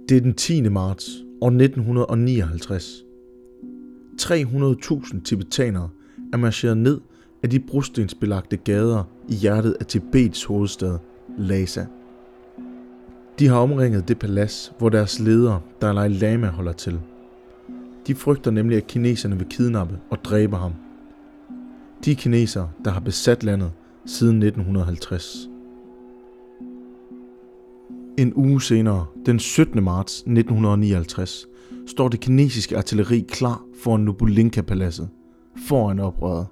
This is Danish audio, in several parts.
Det er den 10. marts år 1959. 300.000 tibetanere er marcheret ned af de brostensbelagte gader i hjertet af Tibets hovedstad, Lhasa. De har omringet det palads, hvor deres leder, Dalai Lama, holder til. De frygter nemlig, at kineserne vil kidnappe og dræbe ham. De kinesere, der har besat landet siden 1950. En uge senere, den 17. marts 1959, står det kinesiske artilleri klar foran Nobulinka-paladset, foran oprøret.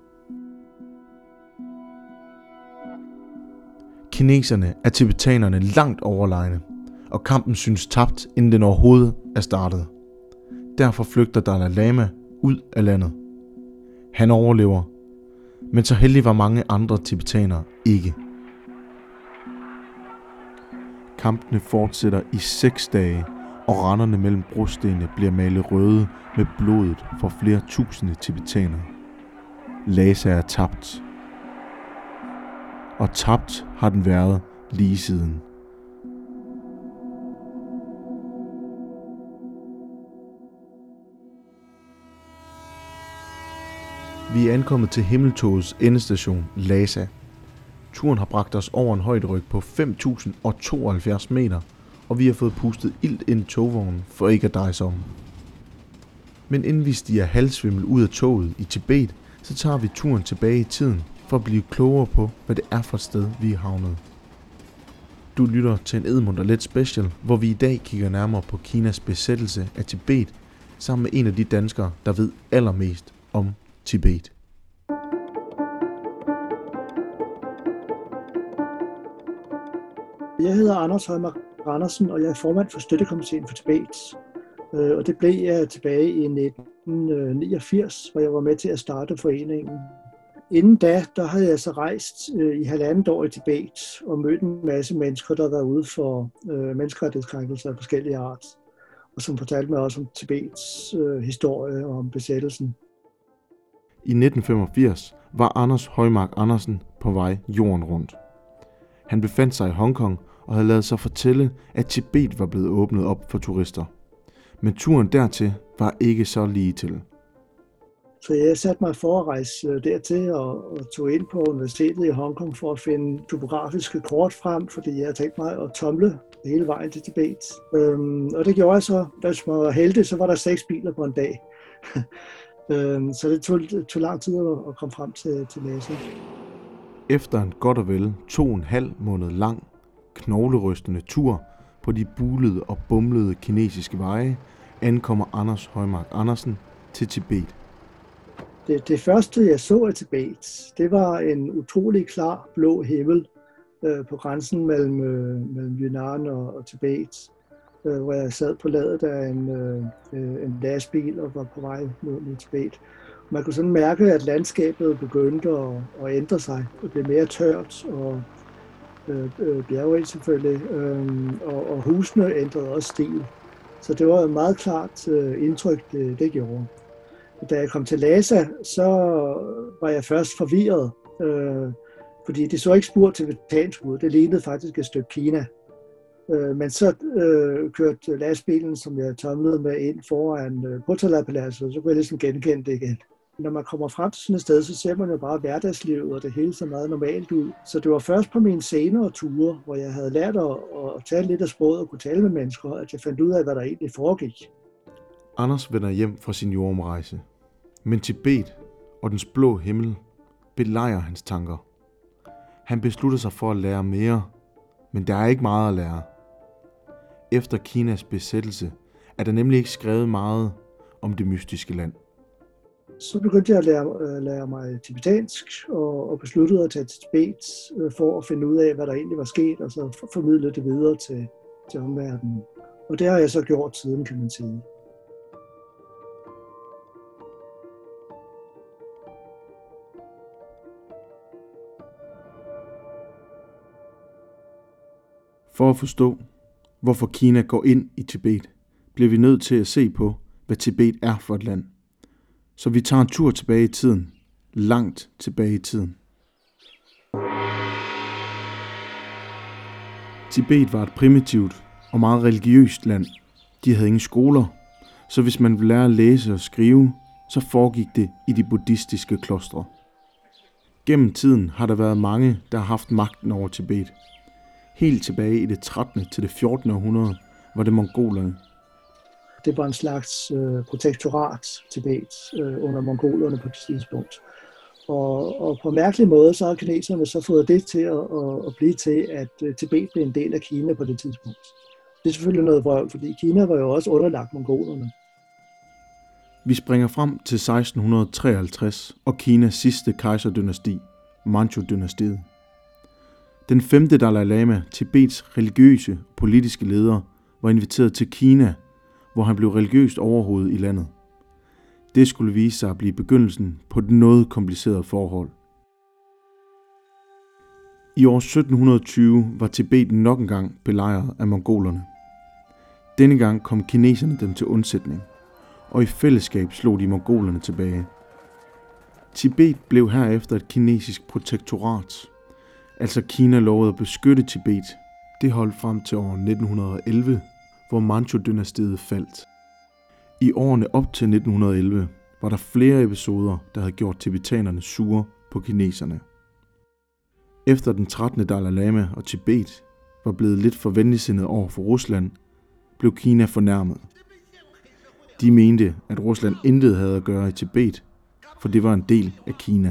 Kineserne er tibetanerne langt overlegne, og kampen synes tabt, inden den overhovedet er startet. Derfor flygter Dalai Lama ud af landet. Han overlever, men så heldig var mange andre tibetanere ikke. Kampene fortsætter i 6 dage, og randerne mellem brostenene bliver malet røde med blodet for flere tusinde tibetanere. Lhasa er tabt. Og tabt har den været lige siden. Vi er ankommet til himmeltogets endestation, Lhasa. Turen har bragt os over en højderyg på 5.072 meter, og vi har fået pustet ilt ind i togvognen for ikke at dreje sig om. Men inden vi stiger halvsvimmel ud af toget i Tibet, så tager vi turen tilbage i tiden for at blive klogere på, hvad det er for et sted, vi er havnet. Du lytter til en Edmund og Let Special, hvor vi i dag kigger nærmere på Kinas besættelse af Tibet, sammen med en af de danskere, der ved allermest om Tibet. Jeg hedder Anders Højmark Andersen, og jeg er formand for Støttekomiteen for Tibet. Og det blev jeg tilbage i 1989, hvor jeg var med til at starte foreningen. Inden da, der havde jeg så rejst i 1,5 år i Tibet og mødt en masse mennesker, der var ude for menneskerettighedskrænkelser af forskellige art, og som fortalte mig også om Tibets historie og om besættelsen. I 1985 var Anders Højmark Andersen på vej jorden rundt. Han befandt sig i Hongkong og havde ladet sig fortælle, at Tibet var blevet åbnet op for turister. Men turen dertil var ikke så lige til. Så jeg satte mig for at rejse dertil og tog ind på universitetet i Hongkong for at finde topografiske kort frem, fordi jeg havde tænkt mig at tumle hele vejen til Tibet. Og det gjorde jeg så. Hvis man var heldig, så var der 6 biler på en dag. Så det tog lang tid at komme frem til Lhasa. Efter en godt og vel 2,5 måned lang, knoglerystende tur på de bulede og bumlede kinesiske veje, ankommer Anders Højmark Andersen til Tibet. Det første, jeg så af Tibet, det var en utrolig klar blå himmel på grænsen mellem Yunnan og Tibet, hvor jeg sad på ladet af en lastbil og var på vej mod Tibet. Man kunne sådan mærke, at landskabet begyndte at ændre sig og blev mere tørt, og bjerge selvfølgelig, og husene ændrede også stil. Så det var et meget klart indtryk, det gjorde. Da jeg kom til Lhasa, så var jeg først forvirret, fordi det så ikke spor tibetansk ud. Det lignede faktisk et stykke Kina. Men så kørte lastbilen, som jeg tumlede med, ind foran Potala-paladset, og så kunne jeg ligesom genkende det igen. Når man kommer frem til sådan et sted, så ser man jo bare hverdagslivet, og det hele så meget normalt ud. Så det var først på mine senere ture, hvor jeg havde lært at tale lidt af sproget og kunne tale med mennesker, at jeg fandt ud af, hvad der egentlig foregik. Anders vender hjem fra sin jordomrejse, men Tibet og dens blå himmel belejrer hans tanker. Han beslutter sig for at lære mere, men der er ikke meget at lære. Efter Kinas besættelse er der nemlig ikke skrevet meget om det mystiske land. Så begyndte jeg at lære mig tibetansk og besluttede at tage til Tibet for at finde ud af, hvad der egentlig var sket, og så formidle det videre til omverdenen. Og det har jeg så gjort siden, kan man sige. For at forstå, hvorfor Kina går ind i Tibet, bliver vi nødt til at se på, hvad Tibet er for et land. Så vi tager en tur tilbage i tiden, langt tilbage i tiden. Tibet var et primitivt og meget religiøst land. De havde ingen skoler, så hvis man ville lære at læse og skrive, så foregik det i de buddhistiske klostre. Gennem tiden har der været mange, der har haft magten over Tibet. Helt tilbage i det 13. til det 14. århundrede var det mongolerne. Det var en slags protektorat Tibet under mongolerne på det tidspunkt. Og på en mærkelig måde, så har kineserne så fået det til at blive til, at Tibet blev en del af Kina på det tidspunkt. Det er selvfølgelig noget vrøvl, fordi Kina var jo også underlagt mongolerne. Vi springer frem til 1653 og Kinas sidste kejserdynasti, Manchu-dynastiet. Den 5. Dalai Lama, Tibets religiøse og politiske leder, var inviteret til Kina, hvor han blev religiøst overhoved i landet. Det skulle vise sig at blive begyndelsen på et noget kompliceret forhold. I år 1720 var Tibet nok engang belejret af mongolerne. Denne gang kom kineserne dem til undsætning, og i fællesskab slog de mongolerne tilbage. Tibet blev herefter et kinesisk protektorat, altså Kina lovede at beskytte Tibet. Det holdt frem til år 1911, hvor Manchu-dynastiet faldt. I årene op til 1911 var der flere episoder, der havde gjort tibetanerne sure på kineserne. Efter den 13. Dalai Lama og Tibet var blevet lidt for venligsindet over for Rusland, blev Kina fornærmet. De mente, at Rusland intet havde at gøre i Tibet, for det var en del af Kina.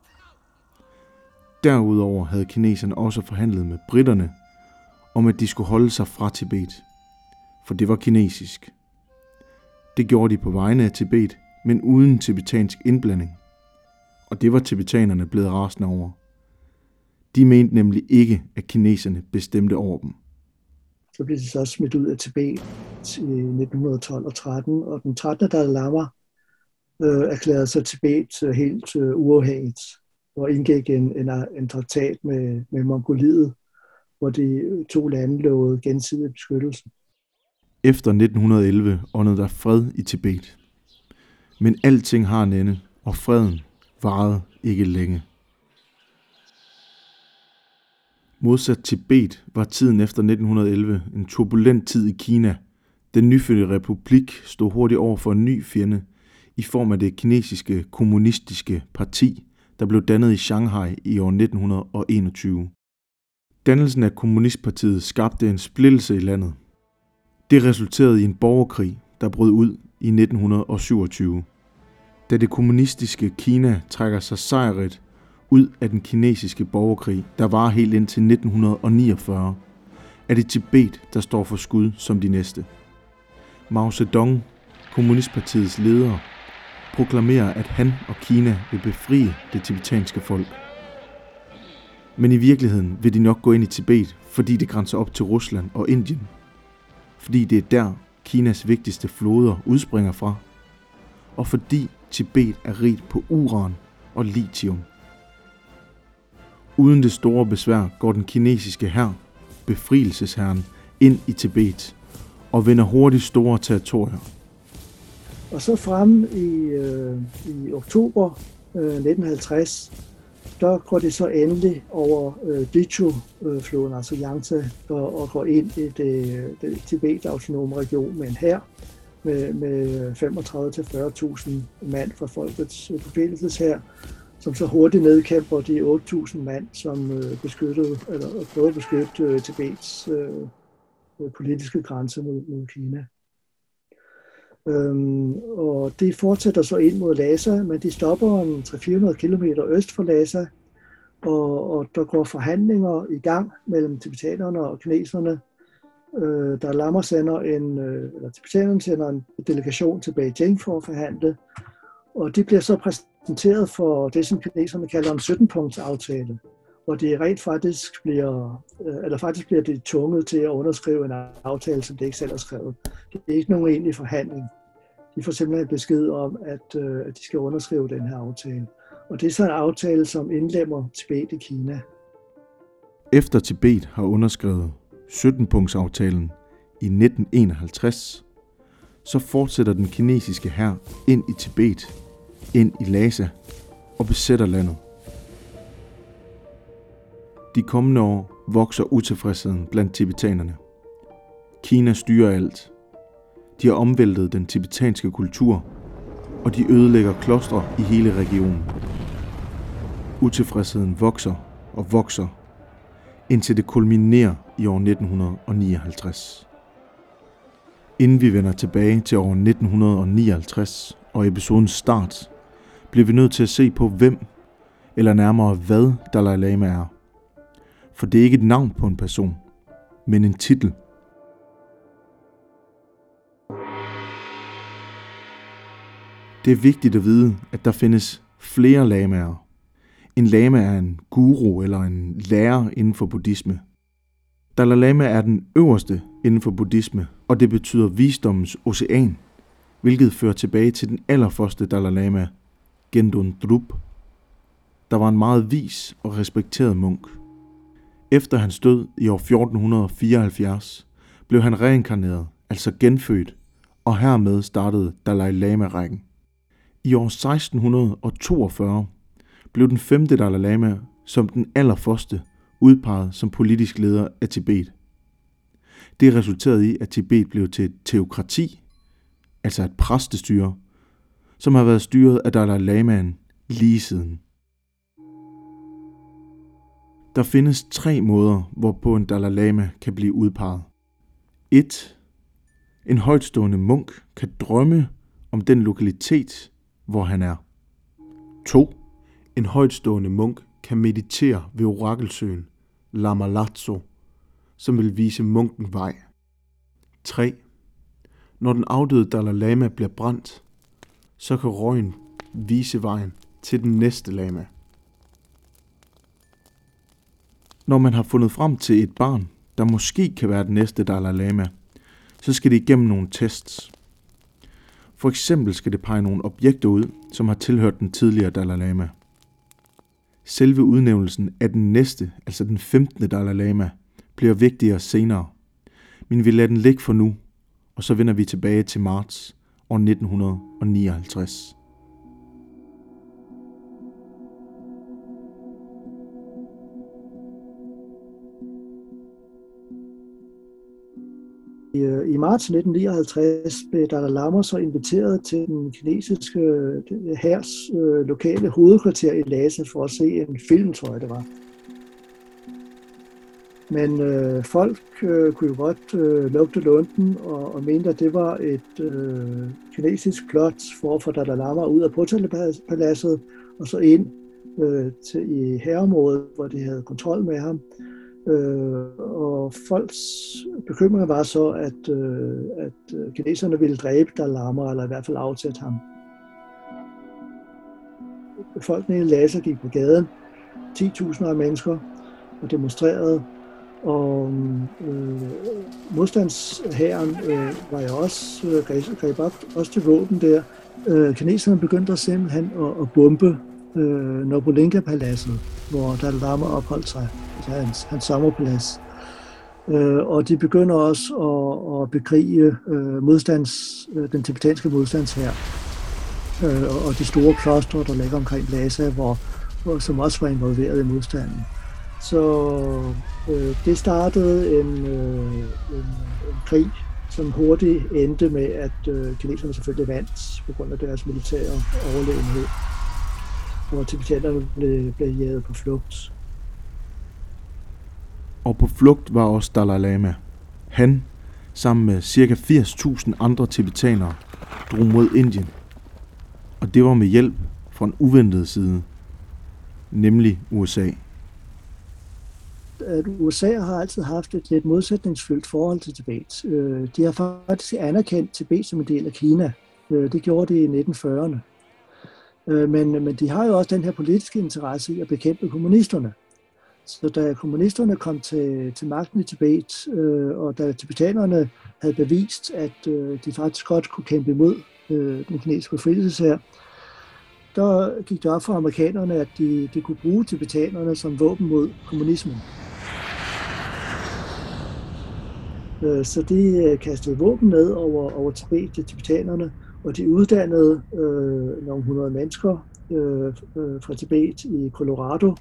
Derudover havde kineserne også forhandlet med britterne om, at de skulle holde sig fra Tibet, for det var kinesisk. Det gjorde de på vegne af Tibet, men uden tibetansk indblanding, og det var tibetanerne blevet rasende over. De mente nemlig ikke, at kineserne bestemte over dem. Så blev de så smidt ud af Tibet i 1912 og 13, og den 13. Dalai Lama erklærede sig Tibet helt uafhængigt og indgik en traktat med Mongoliet, hvor de to lande lovede gensidig beskyttelse. Efter 1911 åndede der fred i Tibet. Men alting har en ende, og freden varede ikke længe. Modsat Tibet var tiden efter 1911 en turbulent tid i Kina. Den nyfødte republik stod hurtigt over for en ny fjende i form af det kinesiske kommunistiske parti, der blev dannet i Shanghai i år 1921. Dannelsen af kommunistpartiet skabte en splittelse i landet. Det resulterede i en borgerkrig, der brød ud i 1927. Da det kommunistiske Kina trækker sig sejrigt ud af den kinesiske borgerkrig, der varer helt indtil 1949, er det Tibet, der står for skud som de næste. Mao Zedong, kommunistpartiets leder, proklamerer, at han og Kina vil befrie det tibetanske folk. Men i virkeligheden vil de nok gå ind i Tibet, fordi det grænser op til Rusland og Indien. Fordi det er der, Kinas vigtigste floder udspringer fra. Og fordi Tibet er rigt på uran og lithium. Uden det store besvær går den kinesiske hær, befrielseshæren, ind i Tibet og vinder hurtigt store territorier. Og så frem i oktober 1950, der går det så endelig over Dicho-floden, altså Yangtze, og går ind i det Tibet-autonome region med en hær med 35-40.000 mand fra folkets befrielseshær, som så hurtigt nedkæmper de 8.000 mand, som prøvede at beskytte Tibets politiske grænse mod Kina. Og de fortsætter så ind mod Lhasa, men de stopper 300-400 kilometer øst for Lhasa, og der går forhandlinger i gang mellem tibetanerne og kineserne. Dalai Lama tibetanerne sender en delegation til Beijing for at forhandle, og de bliver så præsenteret for det, som kineserne kalder en 17-punktsaftale, hvor de rent faktisk bliver de tvunget til at underskrive en aftale, som de ikke selv har skrevet. Det er ikke nogen egentlig forhandling. De får simpelthen besked om, at de skal underskrive den her aftale. Og det er så en aftale, som indlemmer Tibet i Kina. Efter Tibet har underskrevet 17-punktsaftalen i 1951, så fortsætter den kinesiske hær ind i Tibet, ind i Lhasa og besætter landet. De kommende år vokser utilfredsheden blandt tibetanerne. Kina styrer alt. De har omvæltet den tibetanske kultur, og de ødelægger klostre i hele regionen. Utilfredsheden vokser og vokser, indtil det kulminerer i år 1959. Inden vi vender tilbage til år 1959 og episodens start, bliver vi nødt til at se på hvem, eller nærmere hvad Dalai Lama er. For det er ikke et navn på en person, men en titel. Det er vigtigt at vide, at der findes flere lamaer. En lama er en guru eller en lærer inden for buddhisme. Dalai Lama er den øverste inden for buddhisme, og det betyder visdommens ocean, hvilket fører tilbage til den allerførste Dalai Lama, Gendun Drup, der var en meget vis og respekteret munk. Efter hans død i år 1474 blev han reinkarneret, altså genfødt, og hermed startede Dalai Lama-rækken. I år 1642 blev den 5. Dalai Lama som den allerførste udpeget som politisk leder af Tibet. Det resulterede i, at Tibet blev til et teokrati, altså et præstestyre, som har været styret af Dalai Lamaen lige siden. Der findes 3 måder, hvorpå en Dalai Lama kan blive udpeget. 1. En højtstående munk kan drømme om den lokalitet, hvor han er. 2. En højtstående munk kan meditere ved orakelsøen Lama Lazzo, som vil vise munken vej. 3. Når den afdøde Dalai Lama bliver brændt, så kan røgen vise vejen til den næste lama. Når man har fundet frem til et barn, der måske kan være den næste Dalai Lama, så skal det igennem nogle tests. For eksempel skal det pege nogle objekter ud, som har tilhørt den tidligere Dalai Lama. Selve udnævnelsen af den næste, altså den 15. Dalai Lama, bliver vigtigere senere. Men vi lader den ligge for nu, og så vender vi tilbage til marts år 1959. I marts 1959 blev Dalai Lama så inviteret til den kinesiske hærs lokale hovedkvarter i Lhasa for at se en film, tror jeg det var. Men folk kunne jo godt lugte lunden og mente, at det var et kinesisk plot for at få Dalai Lama ud af Bhutan-paladset og så ind i herreområdet, hvor de havde kontrol med ham. Og folks bekymring var så, at kineserne ville dræbe Dalai Lama, eller i hvert fald afsætte ham. Befolkningen i Lhasa gik på gaden, 10.000 af mennesker, og demonstrerede, og modstandshæren var jo også greb op også til våben der. Kineserne begyndte simpelthen at bombe Nobulinga-paladset, hvor Dalai Lama opholdt sig, altså hans sommerplads. Og de begynder også at bekrige den tibetanske modstandshær og de store klostre, der ligger omkring Lhasa, som også var involveret i modstanden. Så det startede en krig, som hurtigt endte med, at kineserne selvfølgelig vandt på grund af deres militære overlegenhed, og tibetanerne blev jaget på flugt. Og på flugt var også Dalai Lama. Han, sammen med ca. 80.000 andre tibetanere, drog mod Indien. Og det var med hjælp fra en uventet side, nemlig USA. At USA har altid haft et lidt modsætningsfyldt forhold til Tibet. De har faktisk anerkendt Tibet som en del af Kina. Det gjorde de i 1940'erne. Men de har jo også den her politiske interesse i at bekæmpe kommunisterne. Så da kommunisterne kom til magten i Tibet, og da tibetanerne havde bevist, at de faktisk godt kunne kæmpe imod den kinesiske befrielseshær, der gik det op for amerikanerne, at de kunne bruge tibetanerne som våben mod kommunismen. Så de kastede våben ned over Tibet til tibetanerne, og de uddannede nogle 100 mennesker fra Tibet i Colorado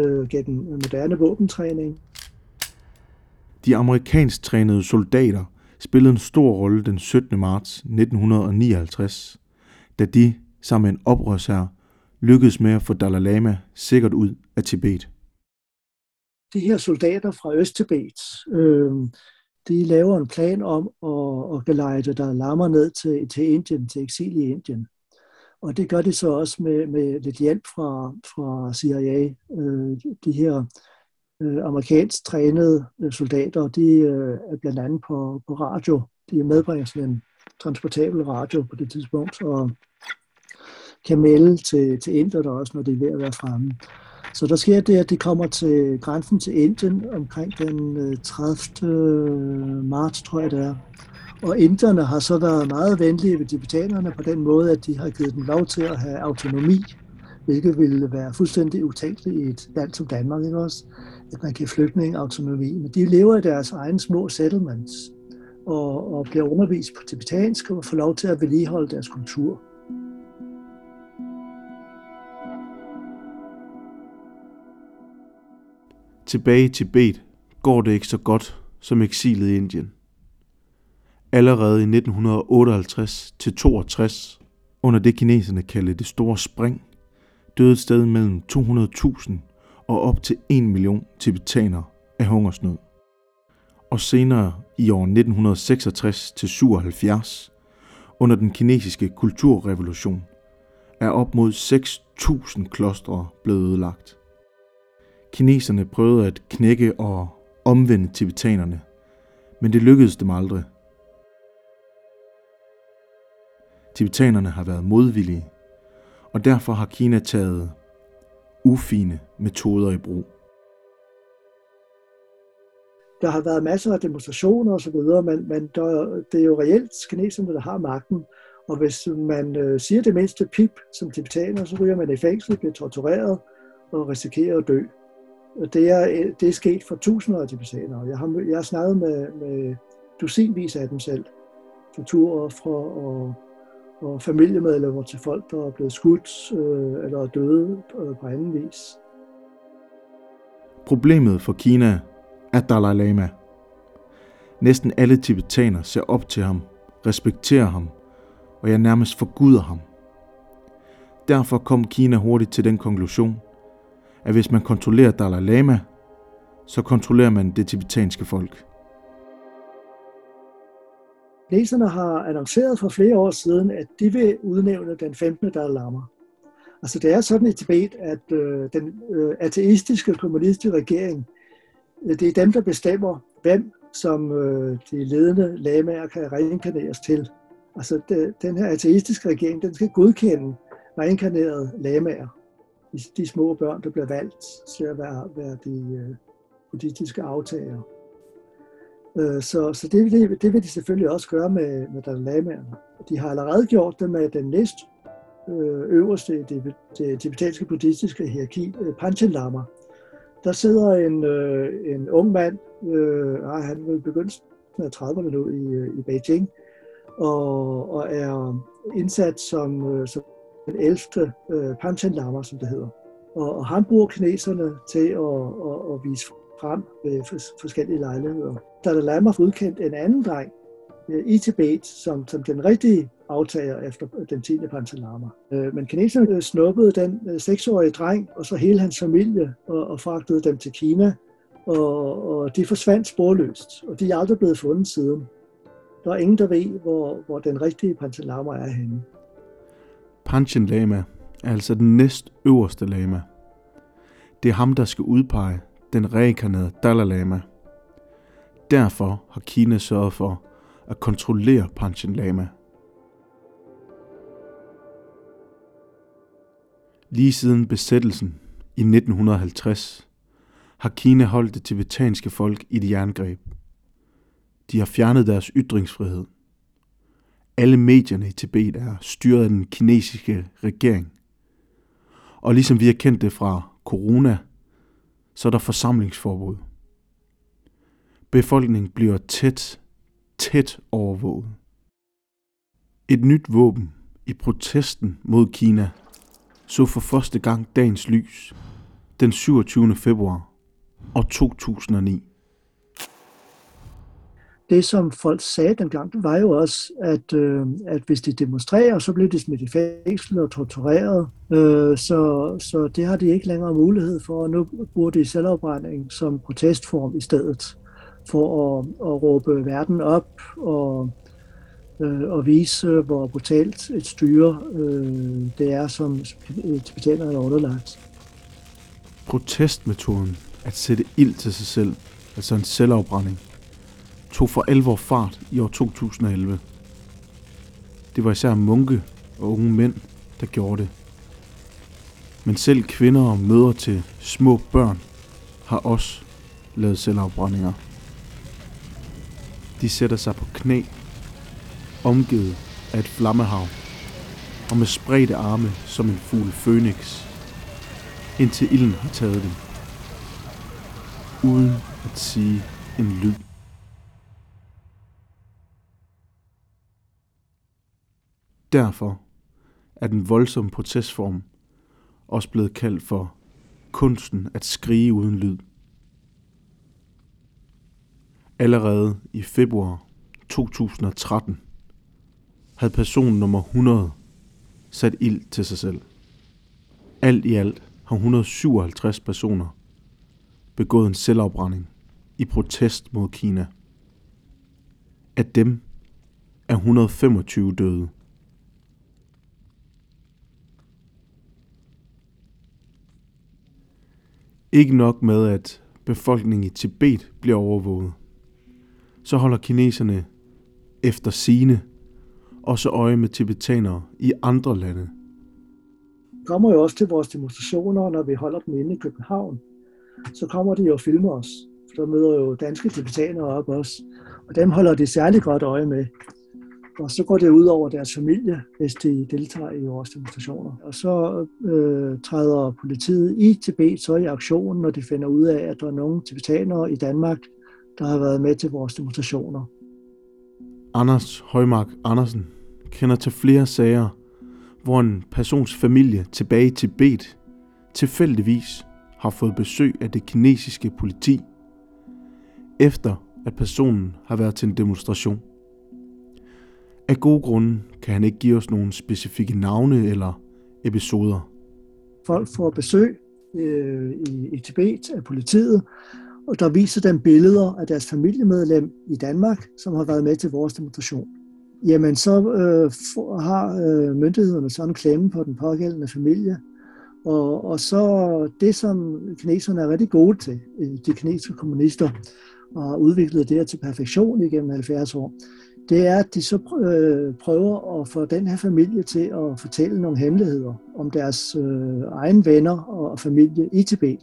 gennem moderne våbentræning. De amerikansk trænede soldater spillede en stor rolle den 17. marts 1959, da de sammen med en oprørshær lykkedes med at få Dalai Lama sikkert ud af Tibet. De her soldater fra Øst-Tibet, de laver en plan om at gelejde Dalai Lama ned til Indien, til eksil i Indien. Og det gør de så også med lidt hjælp fra CIA. De her amerikansk trænede soldater, de er blandt andet på radio. De medbringer sådan en transportabel radio på det tidspunkt, og kan melde til inderne også, når de er ved at være fremme. Så der sker det, at de kommer til grænsen til Indien omkring den 30. marts, tror jeg det er. Og inderne har så været meget venlige ved tibetanerne på den måde, at de har givet dem lov til at have autonomi, hvilket ville være fuldstændig utænkeligt i et land som Danmark, ikke også? At man kan flygtninge autonomi. Men de lever i deres egne små settlements og bliver undervist på tibetansk og får lov til at vedligeholde deres kultur. Tilbage i Tibet går det ikke så godt som eksilet i Indien. Allerede i 1958-62, under det kineserne kaldte det store spring, døde et sted mellem 200.000 og op til 1 million tibetanere af hungersnød. Og senere i år 1966-77, under den kinesiske kulturrevolution, er op mod 6.000 klostre blevet ødelagt. Kineserne prøvede at knække og omvende tibetanerne, men det lykkedes dem aldrig. Tibetanerne har været modvillige, og derfor har Kina taget ufine metoder i brug. Der har været masser af demonstrationer osv., men det er jo reelt kineserne, der har magten. Og hvis man siger det mindste pip som tibetaner, så ryger man i fængsel, bliver tortureret og risikerer at dø. Det er sket for tusinder af tibetanere. Jeg har snakket med dusinvis af dem selv. Torturofre og familiemedlemmer til folk, der er blevet skudt eller er døde på anden vis. Problemet for Kina er Dalai Lama. Næsten alle tibetanere ser op til ham, respekterer ham, og jeg nærmest forguder ham. Derfor kom Kina hurtigt til den konklusion, at hvis man kontrollerer Dalai Lama, så kontrollerer man det tibetanske folk. Kineserne har annonceret for flere år siden, at de vil udnævne den 15. Dalai Lama. Altså det er sådan i Tibet, at den ateistiske kommunistiske regering, det er dem, der bestemmer, hvem som de ledende lamaer kan reinkarneres til. Altså den her ateistiske regering, den skal godkende reinkarnerede lamaer. De små børn, der bliver valgt til at være de buddhistiske aftagere. Så det vil de selvfølgelig også gøre med Dalai Lamaerne. De har allerede gjort det med den næst øverste i det tibetanske buddhistiske hierarki, Panchen Lama. Der sidder en ung mand, han vil begynde med 30'erne nu i Beijing, og er indsat som den 11. Panchen Lama, som det hedder. Og han bruger kineserne til at vise frem ved forskellige lejligheder. Dalai Lama har udkendt en anden dreng i Tibet som den rigtige aftager efter den 10. Panchen Lama. Men kineserne snuppede den 6-årige dreng og så hele hans familie og fragtede dem til Kina, og de forsvandt sporløst, og de er aldrig blevet fundet siden. Der er ingen, der ved, hvor den rigtige Panchen Lama er henne. Panchen Lama er altså den næst øverste lama. Det er ham, der skal udpege den reinkarnerede Dalai Lama. Derfor har Kina sørget for at kontrollere Panchen Lama. Lige siden besættelsen i 1950 har Kina holdt det tibetanske folk i et jerngreb. De har fjernet deres ytringsfrihed. Alle medierne i Tibet er styret af den kinesiske regering. Og ligesom vi har kendt det fra corona, så er der forsamlingsforbud. Befolkningen bliver tæt overvåget. Et nyt våben i protesten mod Kina så for første gang dagens lys den 27. februar år 2009. det, som folk sagde dengang, det var jo også, at hvis de demonstrerer, så bliver de smidt i fængsel og tortureret. Så det har de ikke længere mulighed for, og nu bruger de selvafbrænding som protestform i stedet, for at råbe verden op og vise, hvor brutalt et styre det er, som tibetanerne er underlagt. Protestmetoden, at sætte ild til sig selv, altså en selvafbrænding, tog for alvor fart i år 2011. Det var især munke og unge mænd, der gjorde det. Men selv kvinder og mødre til små børn har også lavet selvafbrændinger. De sætter sig på knæ, omgivet af et flammehav, og med spredte arme som en fugl fønix, indtil ilden har taget dem, uden at sige en lyd. Derfor er den voldsomme protestform også blevet kaldt for kunsten at skrige uden lyd. Allerede i februar 2013 havde person nummer 100 sat ild til sig selv. Alt i alt har 157 personer begået en selvafbrænding i protest mod Kina. Af dem er 125 døde. Ikke nok med, at befolkningen i Tibet bliver overvåget, så holder kineserne efter sigende også øje med tibetanere i andre lande. Kommer jo også til vores demonstrationer, når vi holder dem inde i København. Så kommer de jo og filmer os. For der møder jo danske tibetanere op også. Og dem holder de særlig godt øje med. Og så går det ud over deres familie, hvis de deltager i vores demonstrationer. Og så træder politiet i Tibet så i aktion, når de finder ud af, at der er nogle tibetanere i Danmark, der har været med til vores demonstrationer. Anders Højmark Andersen kender til flere sager, hvor en persons familie tilbage i Tibet tilfældigvis har fået besøg af det kinesiske politi, efter at personen har været til en demonstration. Af gode grunde kan han ikke give os nogle specifikke navne eller episoder. Folk får besøg i Tibet af politiet, og der viser dem billeder af deres familiemedlem i Danmark, som har været med til vores demonstration. Jamen så har myndighederne sådan en klemme på den pågældende familie, og så det, som kineserne er rigtig gode til, de kinesiske kommunister, og har udviklet det her til perfektion igennem 70 år, det er, at de så prøver at få den her familie til at fortælle nogle hemmeligheder om deres egne venner og familie i Tibet.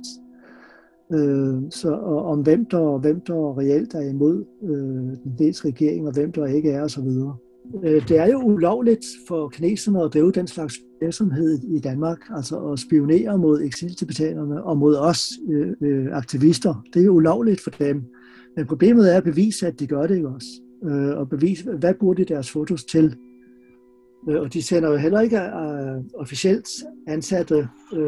Og om hvem der reelt er imod den tibetiske regering, og hvem der ikke er, osv. Det er jo ulovligt for kineserne at drive den slags virksomhed i Danmark, altså at spionere mod eksiltibetanerne og mod os aktivister. Det er jo ulovligt for dem. Men problemet er at bevise, at de gør det også. Og bevise, hvad bruger de deres fotos til. Og de sender jo heller ikke officielt ansatte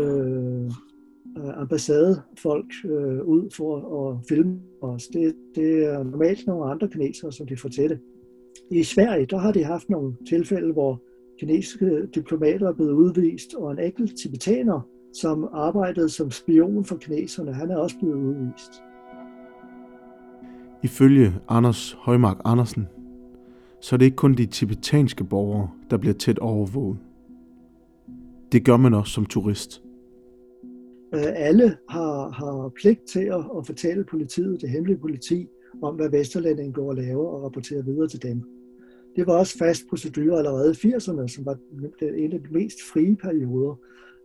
ambassadefolk ud for at filme os. Det er normalt nogle andre kinesere, som de får til det. I Sverige, der har de haft nogle tilfælde, hvor kinesiske diplomater er blevet udvist, og en enkelt tibetaner, som arbejdede som spion for kineserne, han er også blevet udvist. Ifølge Anders Højmark Andersen, så er det ikke kun de tibetanske borgere, der bliver tæt overvåget. Det gør man også som turist. Alle har pligt til at fortælle politiet, det hemmelige politi, om hvad vesterlændingen går og laver og rapporterer videre til dem. Det var også fast procedure allerede i 80'erne, som var en af de mest frie perioder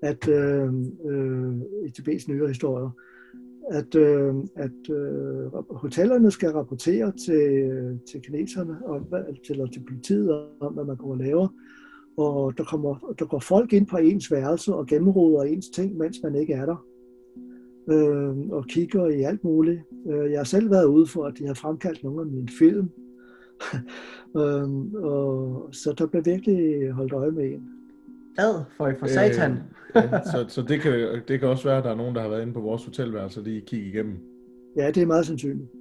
i Tibets nyere historier. At hotellerne skal rapportere til kineserne eller til politiet om, hvad man går og laver. Og der går folk ind på ens værelse og gennemroder ens ting, mens man ikke er der. Og kigger i alt muligt. Jeg har selv været ude for, at de har fremkaldt nogle af mine film. Så der blev virkelig holdt øje med en. Ad for satan. Så det kan også være, at der er nogen, der har været inde på vores hotelværelse, og de kigger igennem. Ja, det er meget sandsynligt.